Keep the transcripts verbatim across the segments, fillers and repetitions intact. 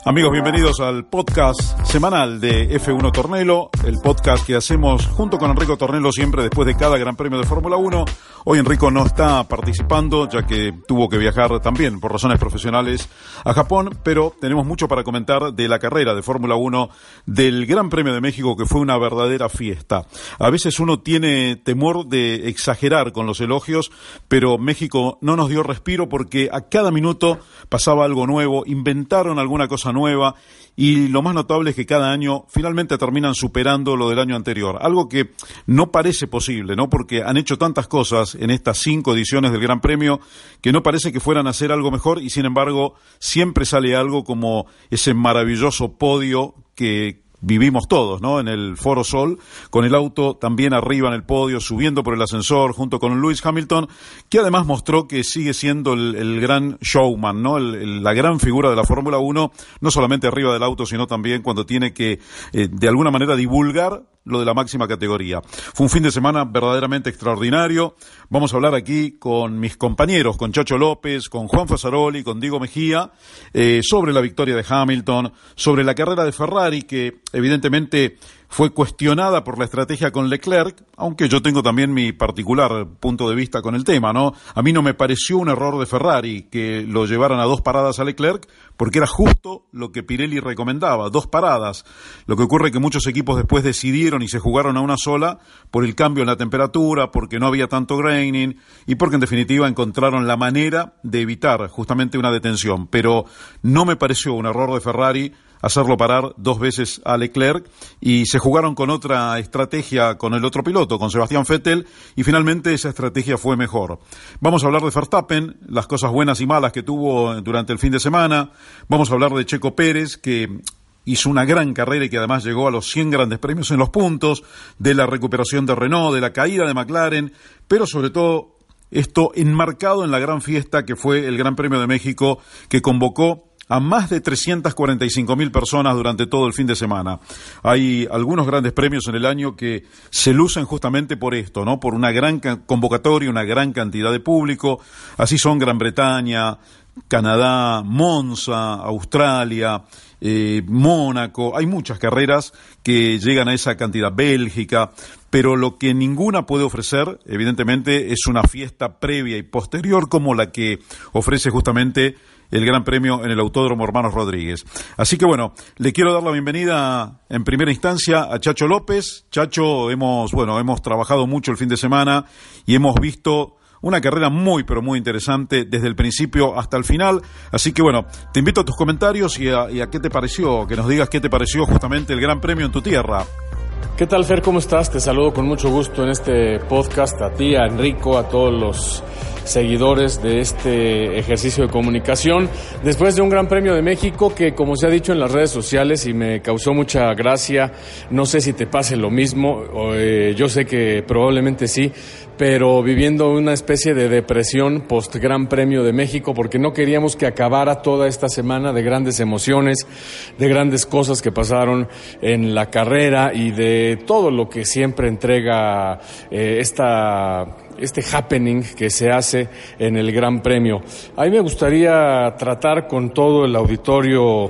Amigos, bienvenidos al podcast semanal de F uno Tornelo, el podcast que hacemos junto con Enrico Tornelo siempre después de cada Gran Premio de Fórmula uno. Hoy Enrico no está participando, ya que tuvo que viajar también por razones profesionales a Japón, pero tenemos mucho para comentar de la carrera de Fórmula uno del Gran Premio de México, que fue una verdadera fiesta. A veces uno tiene temor de exagerar con los elogios, pero México no nos dio respiro porque a cada minuto pasaba algo nuevo, inventaron alguna cosa nueva, y lo más notable es que cada año finalmente terminan superando lo del año anterior, algo que no parece posible, ¿no? Porque han hecho tantas cosas en estas cinco ediciones del Gran Premio que no parece que fueran a hacer algo mejor, y sin embargo siempre sale algo como ese maravilloso podio que vivimos todos, ¿no? En el Foro Sol, con el auto también arriba en el podio, subiendo por el ascensor, junto con Lewis Hamilton, que además mostró que sigue siendo el, el gran showman, ¿no? El, el, la gran figura de la Fórmula uno, no solamente arriba del auto, sino también cuando tiene que, eh, de alguna manera, divulgar lo de la máxima categoría. Fue un fin de semana verdaderamente extraordinario. Vamos a hablar aquí con mis compañeros, con Chacho López, con Juan Fasaroli, con Diego Mejía, eh, sobre la victoria de Hamilton, sobre la carrera de Ferrari, que evidentemente fue cuestionada por la estrategia con Leclerc, aunque yo tengo también mi particular punto de vista con el tema, ¿no? A mí no me pareció un error de Ferrari que lo llevaran a dos paradas a Leclerc, porque era justo lo que Pirelli recomendaba, dos paradas. Lo que ocurre es que muchos equipos después decidieron y se jugaron a una sola por el cambio en la temperatura, porque no había tanto graining y porque en definitiva encontraron la manera de evitar justamente una detención. Pero no me pareció un error de Ferrari hacerlo parar dos veces a Leclerc, y se jugaron con otra estrategia con el otro piloto, con Sebastián Vettel, y finalmente esa estrategia fue mejor. Vamos a hablar de Verstappen, las cosas buenas y malas que tuvo durante el fin de semana. Vamos a hablar de Checo Pérez, que hizo una gran carrera y que además llegó a los cien grandes premios en los puntos, de la recuperación de Renault, de la caída de McLaren, pero sobre todo esto enmarcado en la gran fiesta que fue el Gran Premio de México, que convocó a más de trescientas cuarenta y cinco mil personas durante todo el fin de semana. Hay algunos grandes premios en el año que se lucen justamente por esto, ¿no? Por una gran convocatoria, una gran cantidad de público. Así son Gran Bretaña, Canadá, Monza, Australia, eh, Mónaco. Hay muchas carreras que llegan a esa cantidad, Bélgica, pero lo que ninguna puede ofrecer, evidentemente, es una fiesta previa y posterior como la que ofrece justamente el Gran Premio en el Autódromo Hermanos Rodríguez. Así que bueno, le quiero dar la bienvenida en primera instancia a Chacho López. Chacho, hemos, bueno, hemos trabajado mucho el fin de semana y hemos visto una carrera muy, pero muy interesante desde el principio hasta el final. Así que bueno, te invito a tus comentarios y a, y a qué te pareció, que nos digas qué te pareció justamente el Gran Premio en tu tierra. ¿Qué tal, Fer? ¿Cómo estás? Te saludo con mucho gusto en este podcast, a ti, a Enrico, a todos los seguidores de este ejercicio de comunicación. Después de un Gran Premio de México que, como se ha dicho en las redes sociales y me causó mucha gracia, no sé si te pase lo mismo, o, eh, yo sé que probablemente sí, pero viviendo una especie de depresión post Gran Premio de México, porque no queríamos que acabara toda esta semana de grandes emociones, de grandes cosas que pasaron en la carrera y de todo lo que siempre entrega eh, esta... este happening que se hace en el Gran Premio. A mí me gustaría tratar con todo el auditorio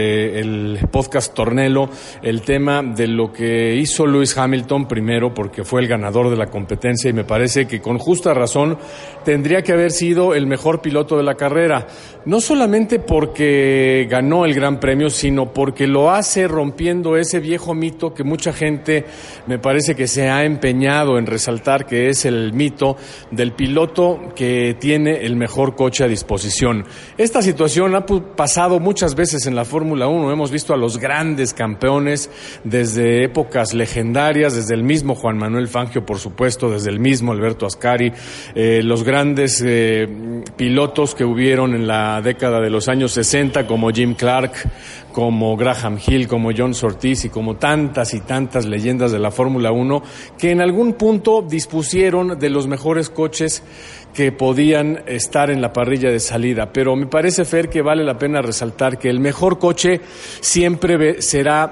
del podcast Tornelo el tema de lo que hizo Lewis Hamilton primero, porque fue el ganador de la competencia y me parece que con justa razón tendría que haber sido el mejor piloto de la carrera. No solamente porque ganó el Gran Premio, sino porque lo hace rompiendo ese viejo mito que mucha gente me parece que se ha empeñado en resaltar, que es el mito del piloto que tiene el mejor coche a disposición. Esta situación ha pasado muchas veces en la Fórmula uno. Hemos visto a los grandes campeones desde épocas legendarias, desde el mismo Juan Manuel Fangio, por supuesto, desde el mismo Alberto Ascari, eh, los grandes eh, pilotos que hubieron en la década de los años sesenta, como Jim Clark, como Graham Hill, como John Surtees y como tantas y tantas leyendas de la Fórmula uno que en algún punto dispusieron de los mejores coches que podían estar en la parrilla de salida. Pero me parece, Fer, que vale la pena resaltar que el mejor coche siempre será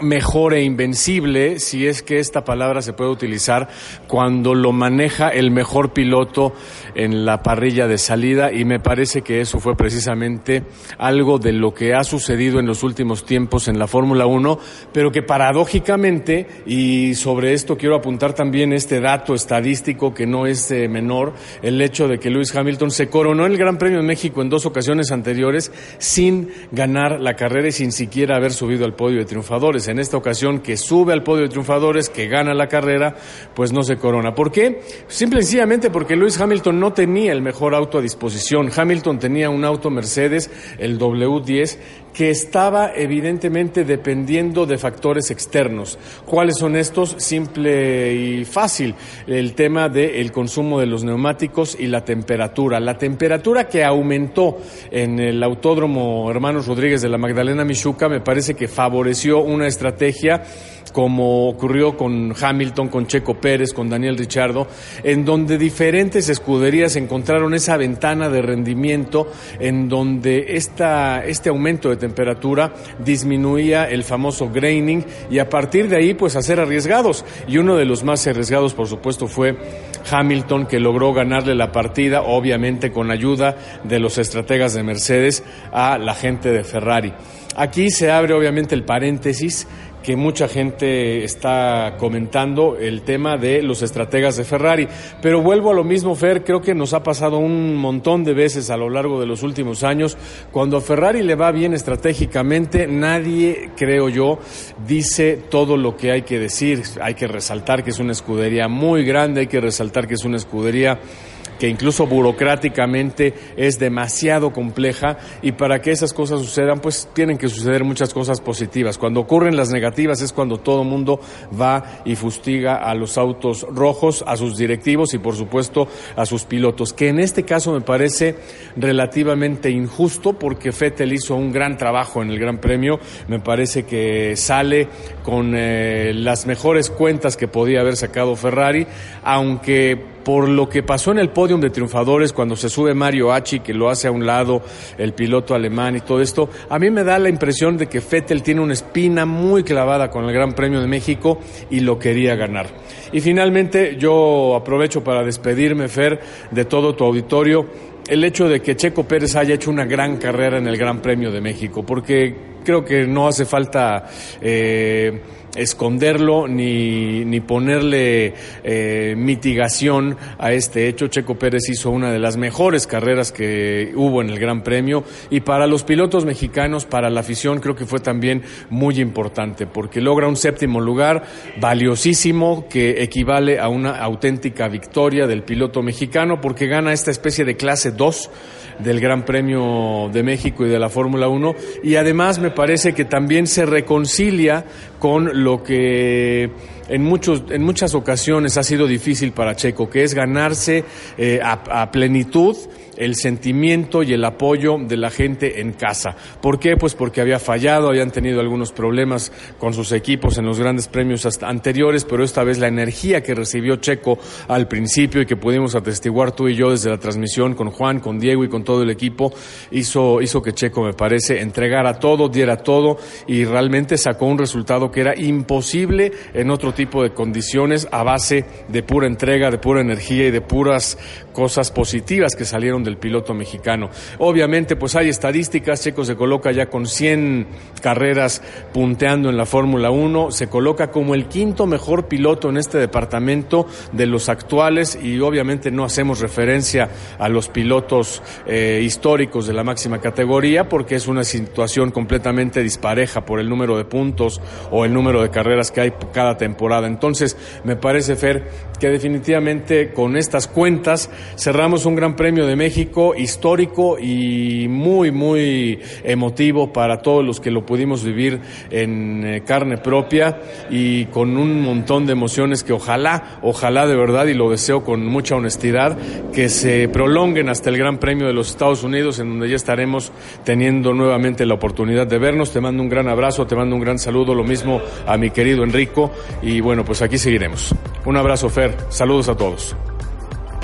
mejor e invencible, si es que esta palabra se puede utilizar, cuando lo maneja el mejor piloto en la parrilla de salida, y me parece que eso fue precisamente algo de lo que ha sucedido en los últimos tiempos en la Fórmula uno, pero que paradójicamente, y sobre esto quiero apuntar también este dato estadístico que no es eh, menor, el hecho de que Lewis Hamilton se coronó en el Gran Premio de México en dos ocasiones anteriores sin ganar la carrera y sin siquiera haber subido al podio de triunfadores. En esta ocasión, que sube al podio de triunfadores, que gana la carrera, pues no se corona. ¿Por qué? Simple y sencillamente porque Lewis Hamilton no tenía el mejor auto a disposición. Hamilton tenía un auto Mercedes, el doble u diez, que estaba evidentemente dependiendo de factores externos. ¿Cuáles son estos? Simple y fácil. El tema del consumo de los neumáticos y la temperatura. La temperatura que aumentó en el Autódromo Hermanos Rodríguez de la Magdalena Mixhuca me parece que favoreció una estrategia como ocurrió con Hamilton, con Checo Pérez, con Daniel Ricciardo, en donde diferentes escuderías encontraron esa ventana de rendimiento en donde esta, este aumento de temperatura disminuía el famoso graining, y a partir de ahí pues a ser arriesgados, y uno de los más arriesgados por supuesto fue Hamilton, que logró ganarle la partida, obviamente con ayuda de los estrategas de Mercedes, a la gente de Ferrari. Aquí se abre obviamente el paréntesis que mucha gente está comentando, el tema de los estrategas de Ferrari, pero vuelvo a lo mismo, Fer, creo que nos ha pasado un montón de veces a lo largo de los últimos años. Cuando a Ferrari le va bien estratégicamente, nadie, creo yo, dice todo lo que hay que decir. Hay que resaltar que es una escudería muy grande, hay que resaltar que es una escudería que incluso burocráticamente es demasiado compleja, y para que esas cosas sucedan, pues tienen que suceder muchas cosas positivas. Cuando ocurren las negativas es cuando todo el mundo va y fustiga a los autos rojos, a sus directivos y por supuesto a sus pilotos, que en este caso me parece relativamente injusto, porque Vettel hizo un gran trabajo en el Gran Premio. Me parece que sale con eh, las mejores cuentas que podía haber sacado Ferrari, aunque por lo que pasó en el podium de triunfadores cuando se sube Mario Hachi, que lo hace a un lado el piloto alemán y todo esto, a mí me da la impresión de que Vettel tiene una espina muy clavada con el Gran Premio de México y lo quería ganar. Y finalmente yo aprovecho para despedirme, Fer, de todo tu auditorio, el hecho de que Checo Pérez haya hecho una gran carrera en el Gran Premio de México, porque creo que no hace falta eh, esconderlo ni, ni ponerle eh, mitigación a este hecho. Checo Pérez hizo una de las mejores carreras que hubo en el Gran Premio, y para los pilotos mexicanos, para la afición, creo que fue también muy importante, porque logra un séptimo lugar valiosísimo que equivale a una auténtica victoria del piloto mexicano, porque gana esta especie de clase dos del Gran Premio de México y de la Fórmula uno, y además me parece que también se reconcilia con lo que en muchos en muchas ocasiones ha sido difícil para Checo, que es ganarse eh, a, a plenitud el sentimiento y el apoyo de la gente en casa. ¿Por qué? Pues porque había fallado, habían tenido algunos problemas con sus equipos en los grandes premios hasta anteriores, pero esta vez la energía que recibió Checo al principio y que pudimos atestiguar tú y yo desde la transmisión con Juan, con Diego y con todo el equipo, hizo, hizo que Checo, me parece, entregara todo, diera todo, y realmente sacó un resultado que era imposible en otro tipo de condiciones, a base de pura entrega, de pura energía y de puras cosas positivas que salieron del piloto mexicano. Obviamente pues hay estadísticas, Checo se coloca ya con cien carreras punteando en la Fórmula uno, se coloca como el quinto mejor piloto en este departamento de los actuales, y obviamente no hacemos referencia a los pilotos eh, históricos de la máxima categoría, porque es una situación completamente dispareja por el número de puntos o el número de carreras que hay cada temporada. Entonces me parece, Fer, que definitivamente con estas cuentas cerramos un Gran Premio de México histórico y muy, muy emotivo para todos los que lo pudimos vivir en eh, carne propia, y con un montón de emociones que ojalá, ojalá de verdad, y lo deseo con mucha honestidad, que se prolonguen hasta el Gran Premio de los Estados Unidos, en donde ya estaremos teniendo nuevamente la oportunidad de vernos. Te mando un gran abrazo, te mando un gran saludo, lo mismo a mi querido Enrico, y bueno, pues aquí seguiremos. Un abrazo, Fer, saludos a todos.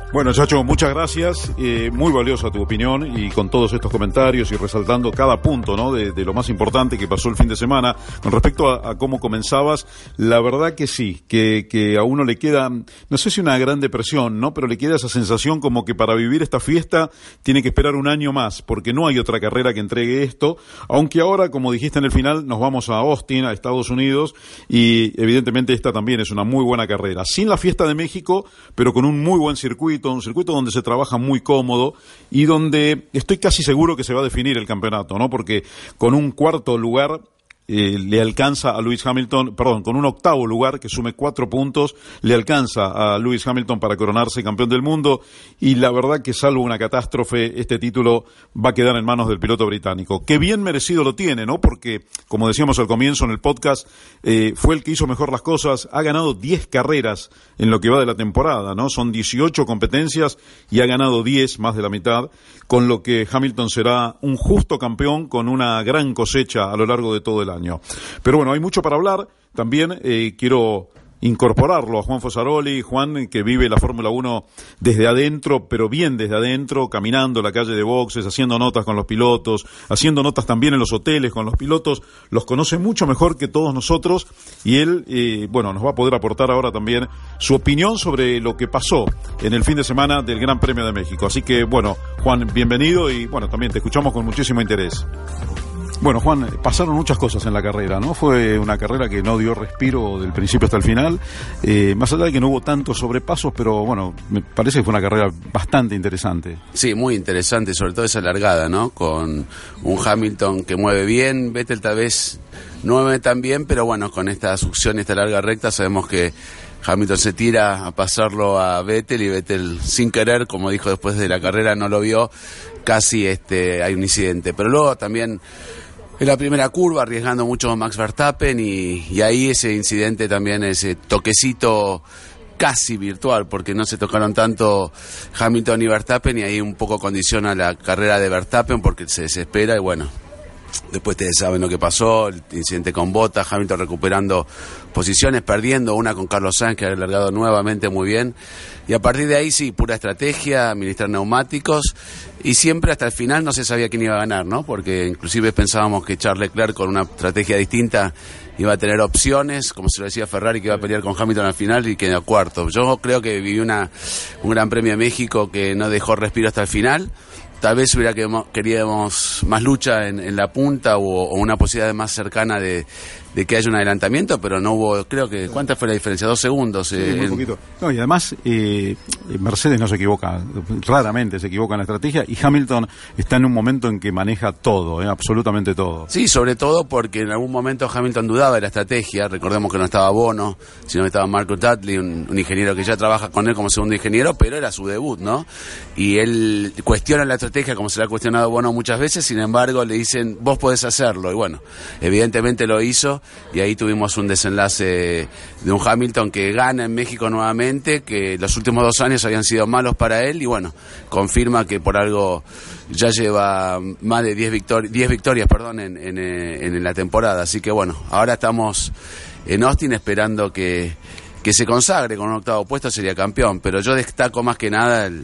Bueno, Chacho, muchas gracias, eh, muy valiosa tu opinión y con todos estos comentarios y resaltando cada punto, ¿no? De, de lo más importante que pasó el fin de semana. Con respecto a, a cómo comenzabas, la verdad que sí, que, que a uno le queda, no sé si una gran depresión, ¿no? Pero le queda esa sensación como que para vivir esta fiesta tiene que esperar un año más, porque no hay otra carrera que entregue esto, aunque ahora, como dijiste en el final, nos vamos a Austin, a Estados Unidos, y evidentemente esta también es una muy buena carrera. Sin la Fiesta de México, pero con un muy buen circuito, un circuito donde se trabaja muy cómodo y donde estoy casi seguro que se va a definir el campeonato, ¿no? Porque con un cuarto lugar eh, le alcanza a Lewis Hamilton, perdón, con un octavo lugar que sume cuatro puntos, le alcanza a Lewis Hamilton para coronarse campeón del mundo, y la verdad que salvo una catástrofe, este título va a quedar en manos del piloto británico, que bien merecido lo tiene, ¿no? Porque, como decíamos al comienzo en el podcast, eh, fue el que hizo mejor las cosas, ha ganado diez carreras en lo que va de la temporada, ¿no? Son dieciocho competencias y ha ganado diez, más de la mitad, con lo que Hamilton será un justo campeón con una gran cosecha a lo largo de todo el año. Pero bueno, hay mucho para hablar. También eh, quiero incorporarlo a Juan Fosaroli, Juan, que vive la Fórmula uno desde adentro, pero bien desde adentro, caminando la calle de boxes, haciendo notas con los pilotos, haciendo notas también en los hoteles con los pilotos, los conoce mucho mejor que todos nosotros, y él, eh, bueno, nos va a poder aportar ahora también su opinión sobre lo que pasó en el fin de semana del Gran Premio de México. Así que, bueno, Juan, bienvenido, y bueno, también te escuchamos con muchísimo interés. Bueno, Juan, pasaron muchas cosas en la carrera, ¿no? Fue una carrera que no dio respiro del principio hasta el final, eh, más allá de que no hubo tantos sobrepasos, pero bueno, me parece que fue una carrera bastante interesante. Sí, muy interesante, sobre todo esa largada, ¿no? Con un Hamilton que mueve bien, Vettel tal vez no mueve tan bien, pero bueno, con esta succión y esta larga recta sabemos que Hamilton se tira a pasarlo a Vettel, y Vettel sin querer, como dijo después de la carrera, no lo vio, casi este hay un incidente. Pero luego también en la primera curva, arriesgando mucho Max Verstappen, y, y ahí ese incidente también, ese toquecito casi virtual, porque no se tocaron tanto Hamilton y Verstappen, y ahí un poco condiciona la carrera de Verstappen porque se desespera, y bueno, después ustedes saben lo que pasó, el incidente con Bottas, Hamilton recuperando posiciones, perdiendo una con Carlos Sainz, que ha alargado nuevamente muy bien, y a partir de ahí sí, pura estrategia, administrar neumáticos, y siempre hasta el final no se sabía quién iba a ganar, ¿no? Porque inclusive pensábamos que Charles Leclerc con una estrategia distinta iba a tener opciones, como se lo decía Ferrari, que iba a pelear con Hamilton al final y quedó cuarto. Yo creo que viví una, un Gran Premio de México que no dejó respiro hasta el final. Tal vez hubiera que queríamos más lucha en, en la punta, o, o una posibilidad más cercana de, de que haya un adelantamiento, pero no hubo, creo que, ¿cuánta fue la diferencia? Dos segundos. Sí, eh, muy en... poquito. No, y además, eh, Mercedes no se equivoca, raramente se equivoca en la estrategia, y Hamilton está en un momento en que maneja todo, eh, absolutamente todo. Sí, sobre todo porque en algún momento Hamilton dudaba de la estrategia. Recordemos que no estaba Bono, sino que estaba Marcus Dudley, un, un ingeniero que ya trabaja con él como segundo ingeniero, pero era su debut, ¿no? Y él cuestiona la estrategia, como se le ha cuestionado Bono muchas veces, sin embargo le dicen, vos podés hacerlo, y bueno, evidentemente lo hizo, y ahí tuvimos un desenlace de un Hamilton que gana en México nuevamente, que los últimos dos años habían sido malos para él, y bueno, confirma que por algo ya lleva más de diez victorias, diez victorias, perdón, en, en, en la temporada, así que bueno, ahora estamos en Austin esperando que, que se consagre con un octavo puesto, sería campeón, pero yo destaco más que nada el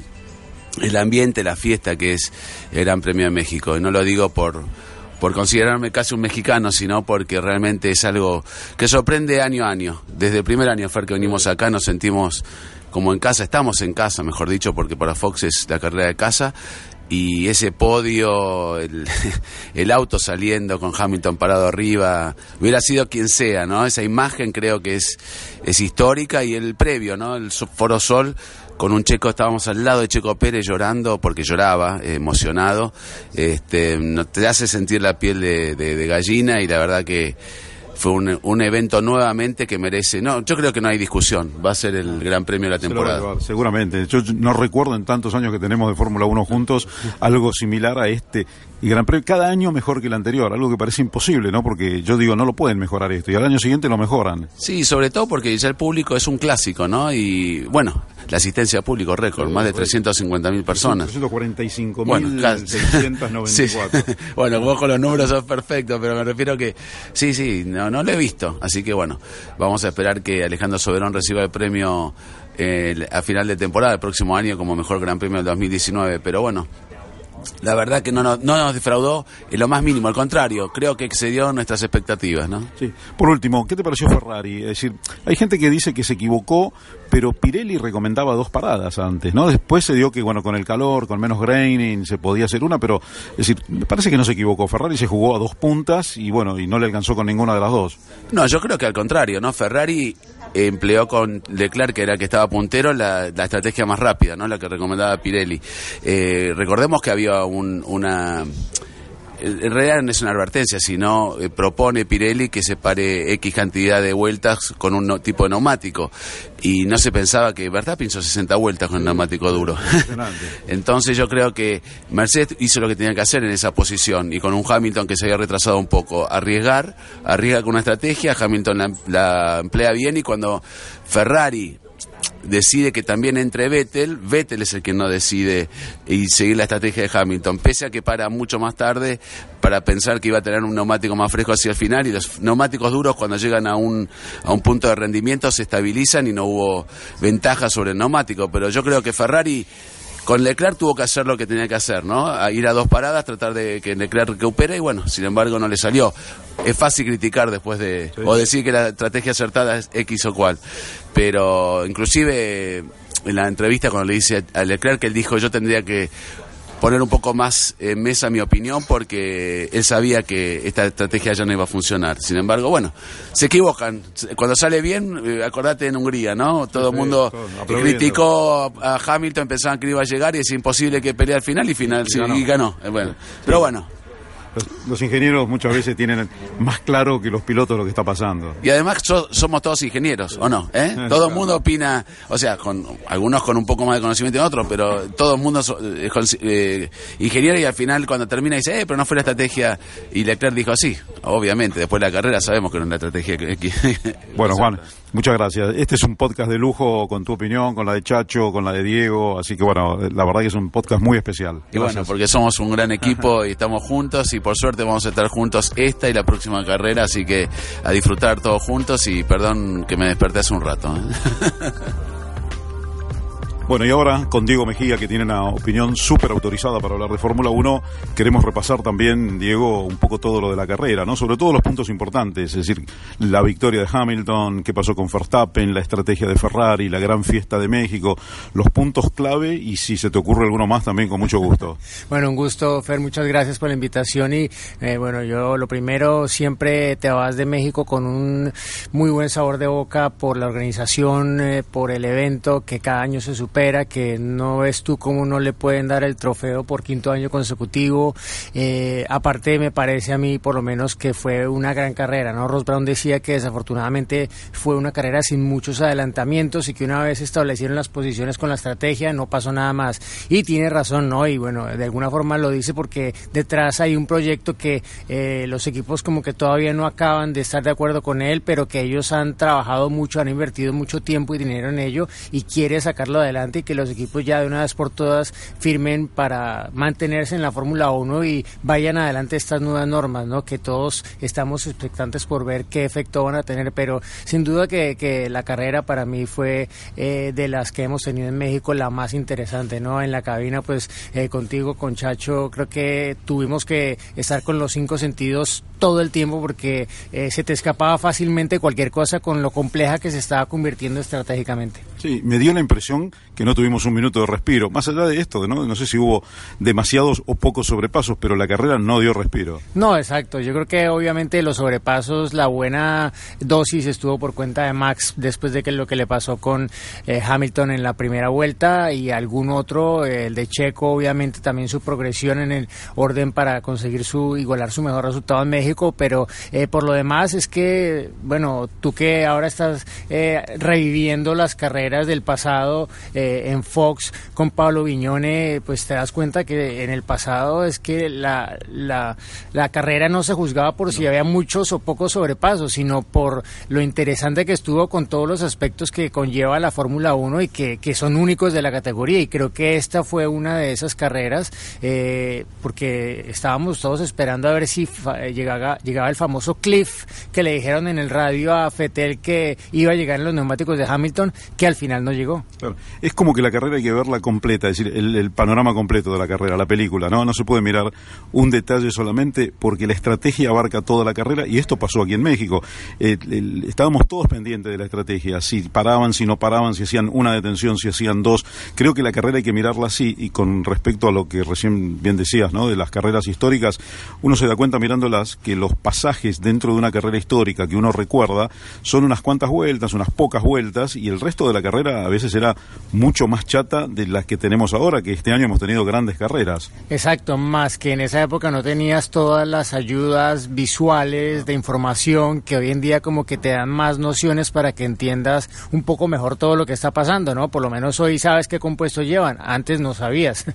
el ambiente, la fiesta que es el Gran Premio de México, y no lo digo por por considerarme casi un mexicano, sino porque realmente es algo que sorprende año a año. Desde el primer año, Fer, que venimos acá, nos sentimos como en casa, estamos en casa, mejor dicho, porque para Fox es la carrera de casa, y ese podio, el, el auto saliendo con Hamilton parado arriba, hubiera sido quien sea, ¿no? Esa imagen creo que es, es histórica, y el previo, ¿no? El Foro Sol, con un Checo, estábamos al lado de Checo Pérez llorando, porque lloraba, eh, emocionado, este, no, te hace sentir la piel de, de, de gallina, y la verdad que fue un, un evento nuevamente que merece, no, yo creo que no hay discusión, va a ser el Gran Premio de la temporada. Llevar, seguramente, yo no recuerdo en tantos años que tenemos de Fórmula uno juntos algo similar a este, y Gran Premio cada año mejor que el anterior, algo que parece imposible, ¿no? Porque yo digo, no lo pueden mejorar esto, y al año siguiente lo mejoran. Sí, sobre todo porque ya el público es un clásico, ¿no? Y bueno, la asistencia público récord, más de trescientas cincuenta mil personas. trescientos cuarenta y cinco mil seiscientos noventa y cuatro. Sí. Bueno, vos con los números sos perfecto, pero me refiero que sí, sí, no, no, no lo he visto. Así que bueno, vamos a esperar que Alejandro Soberón reciba el premio eh, a final de temporada, el próximo año, como mejor Gran Premio del dos mil diecinueve. Pero bueno, la verdad que no nos, no nos defraudó en lo más mínimo, al contrario, creo que excedió nuestras expectativas, ¿no? Sí. Por último, ¿qué te pareció Ferrari? Es decir, hay gente que dice que se equivocó, pero Pirelli recomendaba dos paradas antes, ¿no? Después se dio que, bueno, con el calor, con menos graining, se podía hacer una, pero, es decir, me parece que no se equivocó. Ferrari se jugó a dos puntas y, bueno, y no le alcanzó con ninguna de las dos. No, yo creo que al contrario, ¿no? Ferrari empleó con Leclerc, que era el que estaba puntero, la, la estrategia más rápida, ¿no? La que recomendaba Pirelli. Eh, recordemos que había un, una... En realidad no es una advertencia, sino eh, propone Pirelli que se pare X cantidad de vueltas con un no, tipo de neumático. Y no se pensaba que Verstappen hizo sesenta vueltas con el neumático duro. Entonces yo creo que Mercedes hizo lo que tenía que hacer en esa posición. Y con un Hamilton que se había retrasado un poco. Arriesgar, arriesga con una estrategia, Hamilton la, la emplea bien, y cuando Ferrari decide que también entre Vettel, Vettel es el que no decide y seguir la estrategia de Hamilton, pese a que para mucho más tarde para pensar que iba a tener un neumático más fresco hacia el final, y los neumáticos duros cuando llegan a un a un punto de rendimiento se estabilizan y no hubo ventaja sobre el neumático. Pero yo creo que Ferrari con Leclerc tuvo que hacer lo que tenía que hacer, ¿no? A ir a dos paradas, tratar de que Leclerc recupere, y bueno, sin embargo no le salió. Es fácil criticar después de, sí, o decir que la estrategia acertada es X o cual, pero inclusive en la entrevista cuando le dice a Leclerc, que él dijo, yo tendría que poner un poco más en mesa mi opinión, porque él sabía que esta estrategia ya no iba a funcionar. Sin embargo, bueno, se equivocan. Cuando sale bien, acordate en Hungría, ¿no? Todo el mundo todo, criticó a Hamilton, pensaban que iba a llegar y es imposible que pelee al final, y final y sí, ganó. Y ganó. Bueno, sí. Pero bueno. Los, los ingenieros muchas veces tienen más claro que los pilotos lo que está pasando. Y además so, somos todos ingenieros, ¿o no? ¿Eh? Todo el mundo opina, o sea, con algunos con un poco más de conocimiento que otros, pero todo el mundo es so, eh, ingeniero, y al final cuando termina dice, eh, pero no fue la estrategia, y Leclerc dijo, sí, obviamente, después de la carrera sabemos que no es la estrategia. Que, bueno, Juan, muchas gracias. Este es un podcast de lujo, con tu opinión, con la de Chacho, con la de Diego, así que bueno, la verdad que es un podcast muy especial. Gracias. Y bueno, porque somos un gran equipo y estamos juntos, y por suerte vamos a estar juntos esta y la próxima carrera, así que a disfrutar todos juntos, y perdón que me desperté hace un rato. Bueno, y ahora con Diego Mejía, que tiene una opinión súper autorizada para hablar de Fórmula uno, queremos repasar también, Diego, un poco todo lo de la carrera, ¿no? Sobre todo los puntos importantes, es decir, la victoria de Hamilton, qué pasó con Verstappen, la estrategia de Ferrari, la gran fiesta de México, los puntos clave, y si se te ocurre alguno más también, con mucho gusto. Bueno, un gusto, Fer, muchas gracias por la invitación, y eh, bueno, yo lo primero, siempre te vas de México con un muy buen sabor de boca por la organización, eh, por el evento que cada año se supera, que no ves tú cómo no le pueden dar el trofeo por quinto año consecutivo. Eh, aparte, me parece a mí, por lo menos, que fue una gran carrera, ¿no? Ross Brown decía que desafortunadamente fue una carrera sin muchos adelantamientos, y que una vez establecieron las posiciones con la estrategia no pasó nada más, y tiene razón, ¿no? Y bueno, de alguna forma lo dice porque detrás hay un proyecto que eh, los equipos como que todavía no acaban de estar de acuerdo con él, pero que ellos han trabajado mucho, han invertido mucho tiempo y dinero en ello, y quiere sacarlo adelante, y que los equipos ya de una vez por todas firmen para mantenerse en la Fórmula uno y vayan adelante estas nuevas normas, ¿no? Que todos estamos expectantes por ver qué efecto van a tener, pero sin duda que, que la carrera para mí fue eh, de las que hemos tenido en México la más interesante, ¿no? En la cabina, pues eh, contigo, con Chacho, creo que tuvimos que estar con los cinco sentidos todo el tiempo, porque eh, se te escapaba fácilmente cualquier cosa con lo compleja que se estaba convirtiendo estratégicamente. Sí, me dio la impresión que no tuvimos un minuto de respiro. Más allá de esto, ¿no? No sé si hubo demasiados o pocos sobrepasos, pero la carrera no dio respiro. No, exacto. Yo creo que obviamente los sobrepasos, la buena dosis estuvo por cuenta de Max después de que lo que le pasó con eh, Hamilton en la primera vuelta, y algún otro, eh, el de Checo, obviamente también su progresión en el orden para conseguir su igualar su mejor resultado en México, pero eh, por lo demás es que, bueno, tú que ahora estás eh, reviviendo las carreras del pasado, eh, eh, en Fox con Pablo Viñone, pues te das cuenta que en el pasado es que la, la, la carrera no se juzgaba por no. si había muchos o pocos sobrepasos, sino por lo interesante que estuvo con todos los aspectos que conlleva la Fórmula uno y que, que son únicos de la categoría, y creo que esta fue una de esas carreras, eh, porque estábamos todos esperando a ver si fa- llegaba, llegaba el famoso cliff que le dijeron en el radio a Vettel que iba a llegar en los neumáticos de Hamilton, que al final no llegó. Claro. Es como que la carrera hay que verla completa, es decir, el, el panorama completo de la carrera, la película, ¿no? No se puede mirar un detalle solamente, porque la estrategia abarca toda la carrera, y esto pasó aquí en México. Eh, el, estábamos todos pendientes de la estrategia, si paraban, si no paraban, si hacían una detención, si hacían dos. Creo que la carrera hay que mirarla así, y con respecto a lo que recién bien decías, ¿no?, de las carreras históricas, uno se da cuenta mirándolas que los pasajes dentro de una carrera histórica que uno recuerda son unas cuantas vueltas, unas pocas vueltas, y el resto de la carrera a veces era mucho más chata de las que tenemos ahora, que este año hemos tenido grandes carreras. Exacto, más que en esa época no tenías todas las ayudas visuales de información que hoy en día como que te dan más nociones para que entiendas un poco mejor todo lo que está pasando, ¿no? Por lo menos hoy sabes qué compuestos llevan, antes no sabías.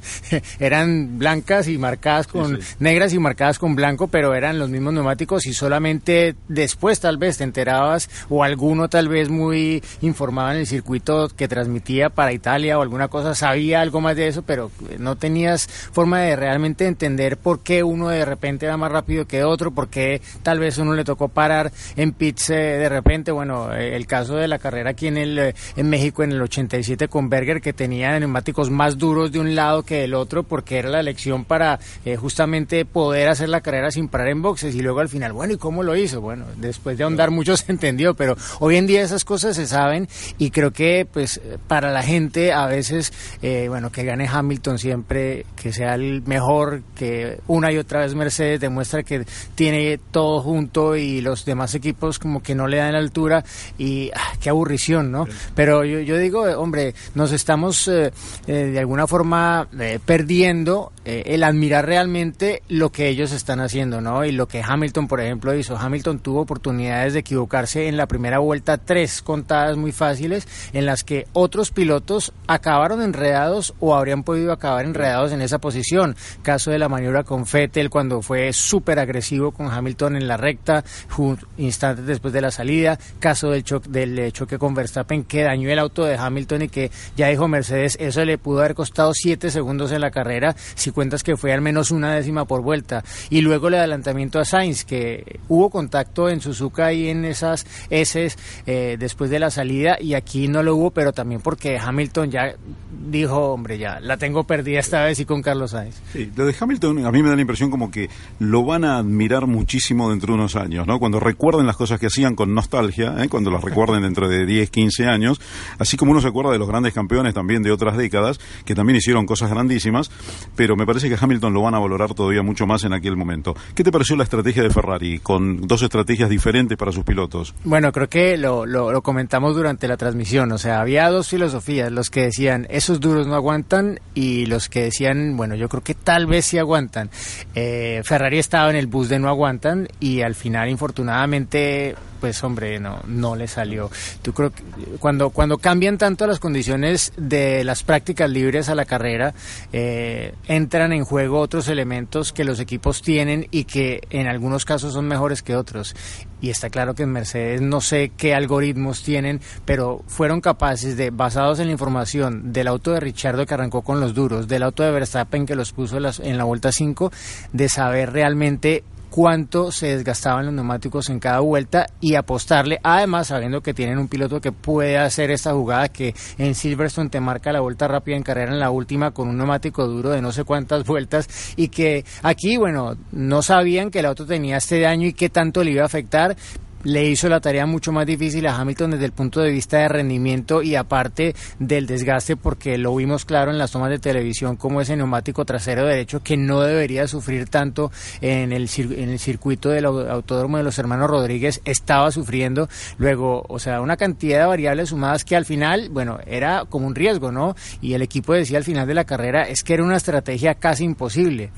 Eran blancas y marcadas con sí, sí. negras y marcadas con blanco, pero eran los mismos neumáticos, y solamente después tal vez te enterabas, o alguno tal vez muy informado en el circuito que transmitía para Italia o alguna cosa sabía algo más de eso, pero no tenías forma de realmente entender por qué uno de repente era más rápido que otro, por qué tal vez uno le tocó parar en pits eh, de repente. Bueno, eh, el caso de la carrera aquí en el eh, en México en el ochenta y siete con Berger, que tenía neumáticos más duros de un lado que del otro, porque era la elección para eh, justamente poder hacer la carrera sin parar en boxes, y luego al final, bueno, ¿y cómo lo hizo? Bueno, después de ahondar mucho se entendió, pero hoy en día esas cosas se saben, y creo que pues para la gente a veces, eh, bueno, que gane Hamilton siempre, que sea el mejor, que una y otra vez Mercedes demuestra que tiene todo junto y los demás equipos como que no le dan la altura, y ah, qué aburrición, ¿no? Pero yo, yo digo, hombre, nos estamos eh, eh, de alguna forma eh, perdiendo eh, el admirar realmente lo que ellos están haciendo, ¿no? Y lo que Hamilton, por ejemplo, hizo. Hamilton tuvo oportunidades de equivocarse en la primera vuelta, tres contadas muy fáciles, en las que otros pilotos acabaron enredados o habrían podido acabar enredados en esa posición. Caso de la maniobra con Vettel, cuando fue súper agresivo con Hamilton en la recta, instantes después de la salida. Caso del, cho- del choque con Verstappen, que dañó el auto de Hamilton, y que ya dijo Mercedes, eso le pudo haber costado siete segundos en la carrera, si cuentas que fue al menos una décima por vuelta. Y luego el adelantamiento a Sainz, que hubo contacto en Suzuka y en esas S eh, después de la salida, y aquí no lo hubo, pero también porque Hamilton ya dijo, hombre, ya la tengo perdida esta vez, y con Carlos Sainz. Sí, lo de Hamilton a mí me da la impresión como que lo van a admirar muchísimo dentro de unos años, ¿no? Cuando recuerden las cosas que hacían con nostalgia, ¿eh? Cuando las recuerden dentro de diez, quince años, así como uno se acuerda de los grandes campeones también de otras décadas, que también hicieron cosas grandísimas, pero me parece que Hamilton lo van a valorar todavía mucho más en aquel momento. ¿Qué te pareció la estrategia de Ferrari, con dos estrategias diferentes para sus pilotos? Bueno, creo que lo, lo, lo comentamos durante la transmisión, o sea, había dos filosofías, los que decían, esos duros no aguantan, y los que decían, bueno, yo creo que tal vez sí aguantan. Eh, Ferrari estaba en el bus de no aguantan, y al final, infortunadamente, pues hombre, no no le salió. Tú creo que cuando cuando cambian tanto las condiciones de las prácticas libres a la carrera, eh, entran en juego otros elementos que los equipos tienen y que en algunos casos son mejores que otros. Y está claro que en Mercedes no sé qué algoritmos tienen, pero fueron capaces de, basados en la información del auto de Ricciardo, que arrancó con los duros, del auto de Verstappen, que los puso en, las, en la vuelta cinco, de saber realmente cuánto se desgastaban los neumáticos en cada vuelta y apostarle, además sabiendo que tienen un piloto que puede hacer esta jugada, que en Silverstone te marca la vuelta rápida en carrera en la última con un neumático duro de no sé cuántas vueltas, y que aquí, bueno, no sabían que el auto tenía este daño y qué tanto le iba a afectar. Le hizo la tarea mucho más difícil a Hamilton desde el punto de vista de rendimiento, y aparte del desgaste, porque lo vimos claro en las tomas de televisión, como ese neumático trasero derecho, que no debería sufrir tanto en el, en el circuito del autódromo de los hermanos Rodríguez, estaba sufriendo. Luego, o sea, una cantidad de variables sumadas que al final, bueno, era como un riesgo, ¿no? Y el equipo decía al final de la carrera, es que era una estrategia casi imposible.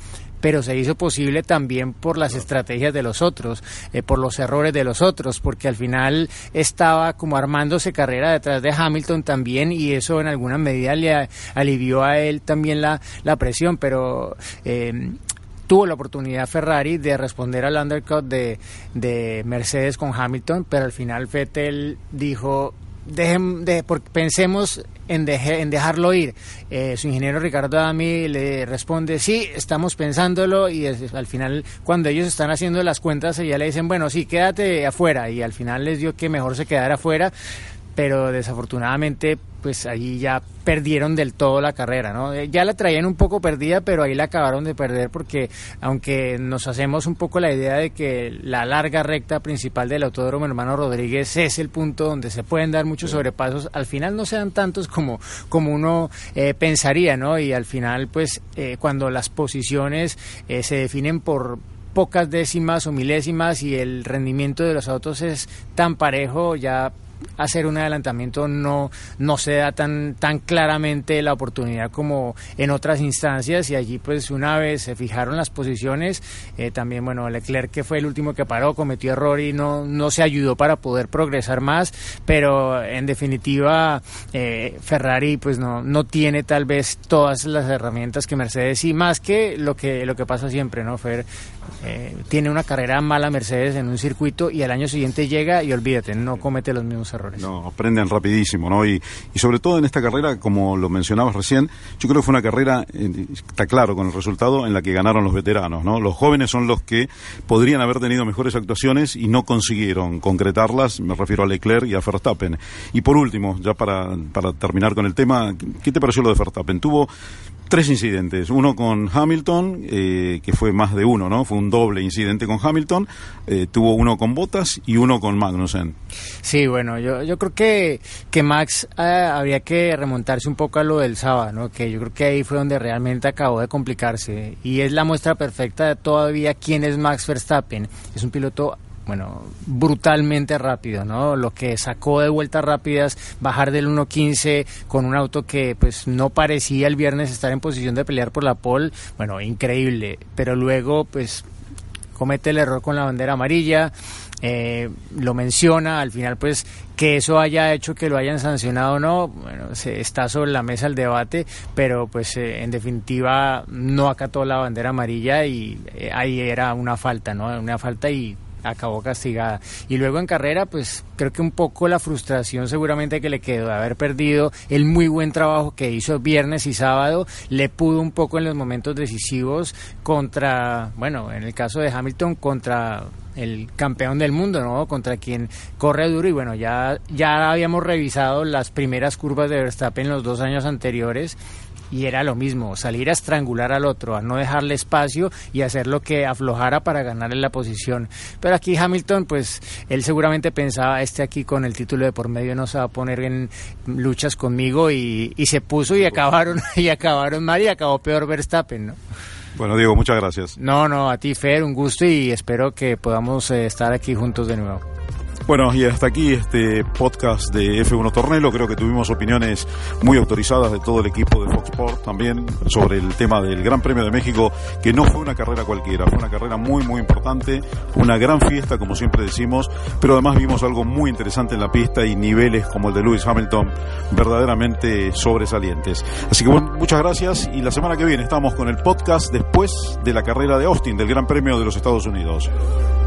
pero se hizo posible también por las estrategias de los otros, eh, por los errores de los otros, porque al final estaba como armándose carrera detrás de Hamilton también, y eso en alguna medida le a, alivió a él también la, la presión, pero eh, tuvo la oportunidad Ferrari de responder al undercut de, de Mercedes con Hamilton, pero al final Vettel dijo: Dejen, de, por, pensemos en, deje, en dejarlo ir. Eh, su ingeniero Ricardo Adami le responde: sí, estamos pensándolo, y es, al final cuando ellos están haciendo las cuentas ya le dicen: bueno, sí, quédate afuera, y al final les dio que mejor se quedara afuera, pero desafortunadamente pues allí ya perdieron del todo la carrera, ¿no? Ya la traían un poco perdida, pero ahí la acabaron de perder, porque aunque nos hacemos un poco la idea de que la larga recta principal del Autódromo Hermano Rodríguez es el punto donde se pueden dar muchos sobrepasos, al final no se dan tantos como, como uno eh, pensaría, ¿no? Y al final pues eh, cuando las posiciones eh, se definen por pocas décimas o milésimas y el rendimiento de los autos es tan parejo, ya hacer un adelantamiento no no se da tan tan claramente la oportunidad como en otras instancias, y allí pues una vez se fijaron las posiciones, eh, también bueno Leclerc, que fue el último que paró, cometió error y no no se ayudó para poder progresar más, pero en definitiva eh, Ferrari pues no no tiene tal vez todas las herramientas que Mercedes, y más que lo que lo que pasa siempre, ¿no? Fer eh, tiene una carrera mala Mercedes en un circuito y al año siguiente llega y olvídate, no comete los mismos errores. No, aprenden rapidísimo, ¿no? Y, y sobre todo en esta carrera, como lo mencionabas recién, yo creo que fue una carrera, eh, está claro con el resultado, en la que ganaron los veteranos, ¿no? Los jóvenes son los que podrían haber tenido mejores actuaciones y no consiguieron concretarlas, me refiero a Leclerc y a Verstappen. Y por último, ya para, para terminar con el tema, ¿qué te pareció lo de Verstappen? Tuvo tres incidentes, uno con Hamilton, eh, que fue más de uno, ¿no? Fue un doble incidente con Hamilton, eh, tuvo uno con Bottas y uno con Magnussen. Sí, bueno, yo, yo creo que, que Max eh, habría que remontarse un poco a lo del sábado, ¿no? Que yo creo que ahí fue donde realmente acabó de complicarse, y es la muestra perfecta de todavía quién es Max Verstappen. Es un piloto, bueno, brutalmente rápido, ¿no? Lo que sacó de vueltas rápidas, bajar del uno quince con un auto que pues no parecía el viernes estar en posición de pelear por la pole, bueno, increíble, pero luego pues comete el error con la bandera amarilla, eh, lo menciona, al final pues que eso haya hecho que lo hayan sancionado o no, bueno, se, está sobre la mesa el debate, pero pues eh, en definitiva no acató la bandera amarilla y eh, ahí era una falta, ¿no? Una falta y acabó castigada. Y luego en carrera, pues creo que un poco la frustración seguramente que le quedó de haber perdido el muy buen trabajo que hizo viernes y sábado, le pudo un poco en los momentos decisivos contra, bueno, en el caso de Hamilton, contra el campeón del mundo, ¿no? Contra quien corre duro, y bueno, ya, ya habíamos revisado las primeras curvas de Verstappen los dos años anteriores, y era lo mismo, salir a estrangular al otro, a no dejarle espacio y hacer lo que aflojara para ganarle la posición. Pero aquí Hamilton, pues él seguramente pensaba, este aquí con el título de por medio no se va a poner en luchas conmigo, y, y se puso y acabaron y acabaron mal, y acabó peor Verstappen, ¿no? Bueno, Diego, muchas gracias. No, no, a ti, Fer, un gusto, y espero que podamos eh, estar aquí juntos de nuevo. Bueno, y hasta aquí este podcast de F uno Tornelo. Creo que tuvimos opiniones muy autorizadas de todo el equipo de Fox Sports también sobre el tema del Gran Premio de México, que no fue una carrera cualquiera, fue una carrera muy muy importante, una gran fiesta como siempre decimos, pero además vimos algo muy interesante en la pista y niveles como el de Lewis Hamilton verdaderamente sobresalientes. Así que bueno, muchas gracias, y la semana que viene estamos con el podcast después de la carrera de Austin, del Gran Premio de los Estados Unidos.